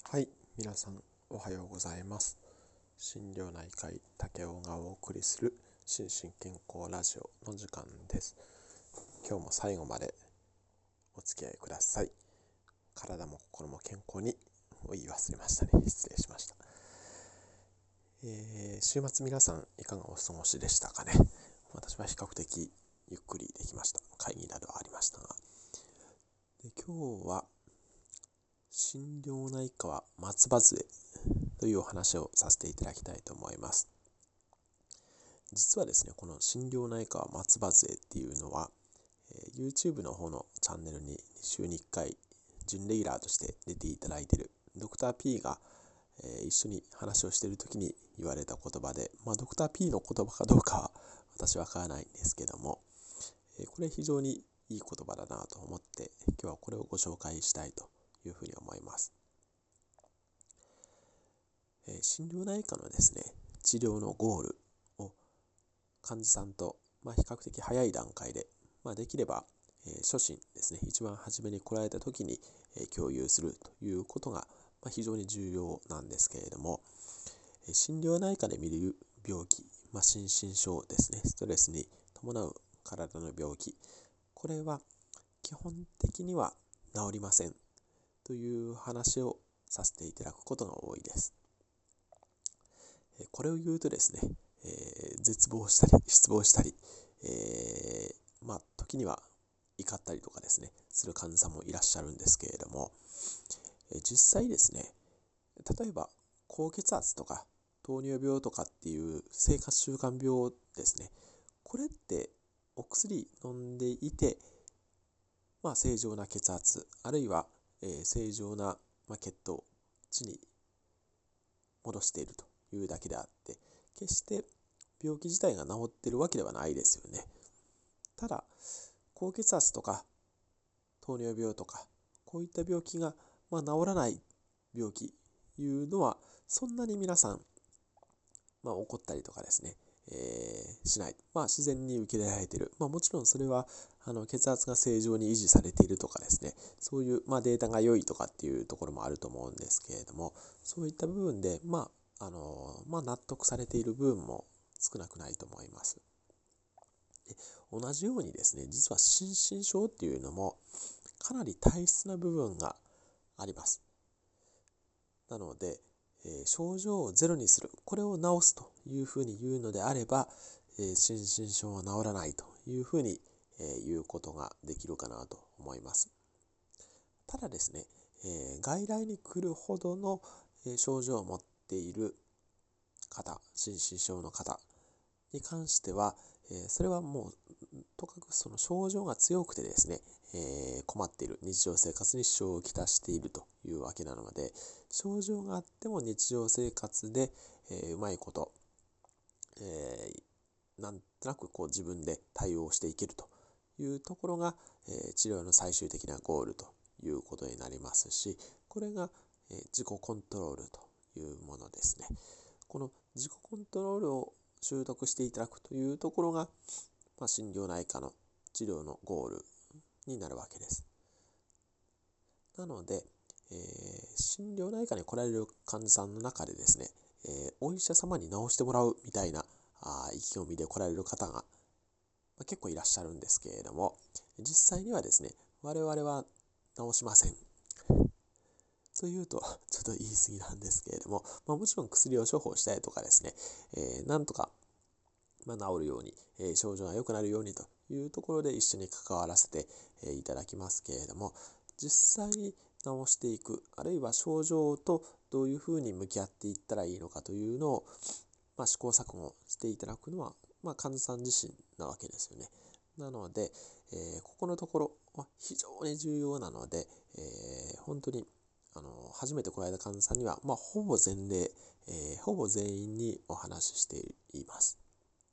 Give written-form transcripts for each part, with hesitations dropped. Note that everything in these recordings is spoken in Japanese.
はい、皆さんおはようございます。心療内科医竹雄がお送りする心身健康ラジオの時間です。今日も最後までお付き合いください。体も心も健康に言い忘れましたね。失礼しました。週末皆さんいかがお過ごしでしたかね。私は比較的ゆっくりできました。会議などはありましたが。で、今日は心療内科は松葉杖というお話をさせていただきたいと思います。実はですね、この心療内科は松葉杖っていうのは、YouTube の方のチャンネルに週に1回準レギュラーとして出ていただいているドクター P が、一緒に話をしている時に言われた言葉で、ドクター P の言葉かどうかは私はわからないんですけども、これ非常にいい言葉だなと思って今日はこれをご紹介したいというふうに思います。心療内科のですね、治療のゴールを患者さんと、比較的早い段階で、できれば、初診ですね、一番初めに来られた時に、共有するということが、非常に重要なんですけれども、心療内科で見る病気、心身症ですね、ストレスに伴う体の病気、これは基本的には治りませんという話をさせていただくことが多いです。これを言うとですね、絶望したり失望したり、時には怒ったりとかですねする患者さんもいらっしゃるんですけれども、実際ですね、例えば高血圧とか糖尿病とかっていう生活習慣病ですね、これってお薬飲んでいて、正常な血圧あるいは、正常な、血糖値に戻しているというだけであって、決して病気自体が治っているわけではないですよね。ただ高血圧とか糖尿病とかこういった病気が、治らない病気いうのはそんなに皆さん、起こったりとかですね、しない、自然に受け入れられている、もちろんそれは血圧が正常に維持されているとかですね、そういう、データが良いとかっていうところもあると思うんですけれども、そういった部分で納得されている部分も少なくないと思います。で、同じようにですね、実は心身症っていうのもかなり体質な部分があります。なので、症状をゼロにする、これを治すというふうに言うのであれば、心身症は治らないというふうに、言うことができるかなと思います。ただですね、外来に来るほどの、症状を持っている方、心身症の方に関しては、それはもうとかくその症状が強くてですね、困っている、日常生活に支障をきたしているというわけなので、症状があっても日常生活で、うまいこと、なんとなく自分で対応していけるというところが、治療の最終的なゴールということになりますし、これが、自己コントロールというものですね。この自己コントロールを習得していただくというところが、心療内科の治療のゴールになるわけです。なので、心療内科に来られる患者さんの中でですね、お医者様に治してもらうみたいな意気込みで来られる方が、結構いらっしゃるんですけれども、実際にはですね、我々は治しません。というとちょっと言い過ぎなんですけれども、もちろん薬を処方したりとかですね、なんとか治るように、症状が良くなるようにというところで一緒に関わらせて、いただきますけれども、実際に治していく、あるいは症状とどういうふうに向き合っていったらいいのかというのを、試行錯誤していただくのは、患者さん自身なわけですよね。なので、ここのところは非常に重要なので、本当に初めて来られた患者さんには、ほぼ全例、ほぼ全員にお話ししています。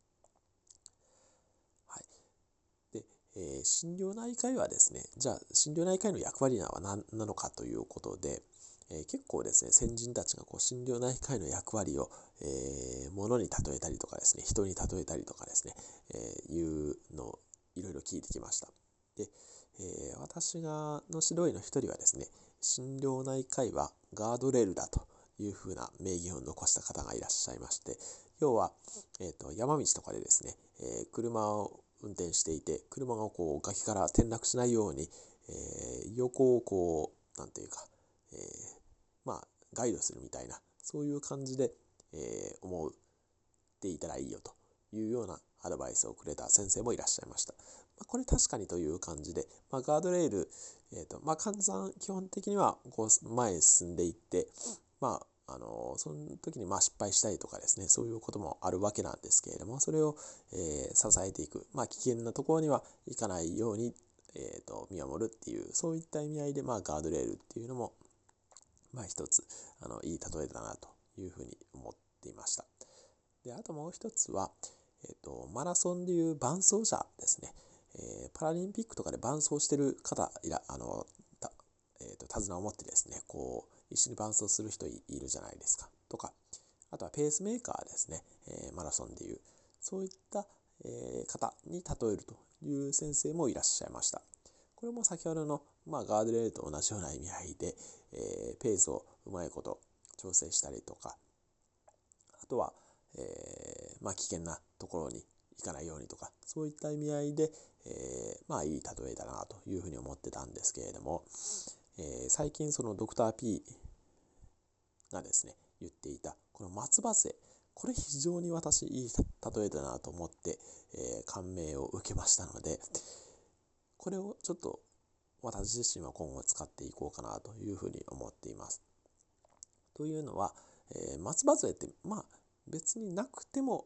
はい。で、心療内科医はですね、じゃあ心療内科医の役割は何なのかということで、結構ですね、先人たちが心療内科医の役割を、物に例えたりとかですね、人に例えたりとかですね、いうのをいろいろ聞いてきました。で、私がの指導医の一人はですね、心療内科医はガードレールだというふうな名言を残した方がいらっしゃいまして、要は、山道とかでですね、車を運転していて、車がこう崖から転落しないように、横をこう、なんていうか、ガイドするみたいな、そういう感じで、思っていたらいいよというようなアドバイスをくれた先生もいらっしゃいました。これ確かにという感じで、ガードレール、患者さん基本的にはこう前に進んでいって、その時に失敗したりとかですね、そういうこともあるわけなんですけれども、それを、支えていく、危険なところには行かないように、見守るっていう、そういった意味合いで、ガードレールっていうのも、一ついい例えだなというふうに思っていました。で、あともう一つは、マラソンでいう伴走者ですね。パラリンピックとかで伴走してる方手綱を持ってですね、こう一緒に伴走する人いるじゃないですかとか、あとはペースメーカーですね、マラソンでいうそういった、方に例えるという先生もいらっしゃいました。これも先ほどの、ガードレールと同じような意味合いで、ペースをうまいこと調整したりとか、あとは、危険なところに行かないようにとか、そういった意味合いで、いい例えだなというふうに思ってたんですけれども、最近そのドクター P がですね言っていたこの松葉杖、これ非常に私いい例えだなと思って、感銘を受けましたので、これをちょっと私自身は今後使っていこうかなというふうに思っています。というのは、松葉杖って別になくても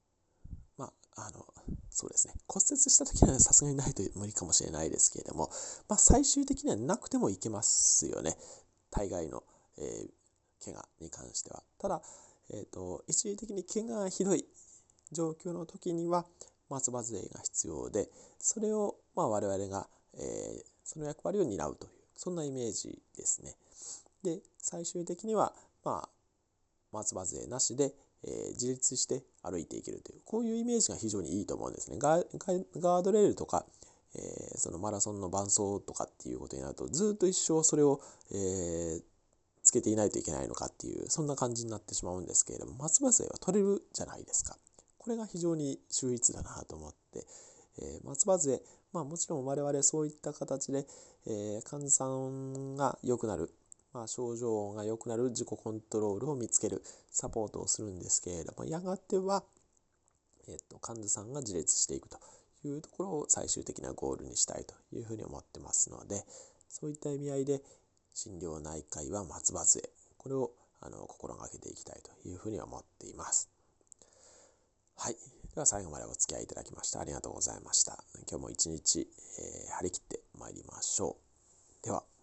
そうですね、骨折した時はさすがにないと無理かもしれないですけれども、最終的にはなくてもいけますよね、大概の、怪我に関しては。ただ、一時的に怪我がひどい状況の時には松葉杖が必要で、それを我々が、その役割を担うという、そんなイメージですね。で、最終的には松葉杖なしで、自立して歩いていけるという、こういうイメージが非常にいいと思うんですね。ガードレールとか、そのマラソンの伴走とかっていうことになると、ずっと一生それを、つけていないといけないのかっていう、そんな感じになってしまうんですけれども、松葉杖は取れるじゃないですか。これが非常に秀逸だなと思って、松葉杖、もちろん我々そういった形で、患者さんが良くなる、症状が良くなる自己コントロールを見つけるサポートをするんですけれども、やがては、患者さんが自立していくというところを最終的なゴールにしたいというふうに思ってますので、そういった意味合いで心療内科医は松葉杖、これを心がけていきたいというふうに思っています。はい、では最後までお付き合いいただきましてありがとうございました。今日も一日、張り切ってまいりましょう。では。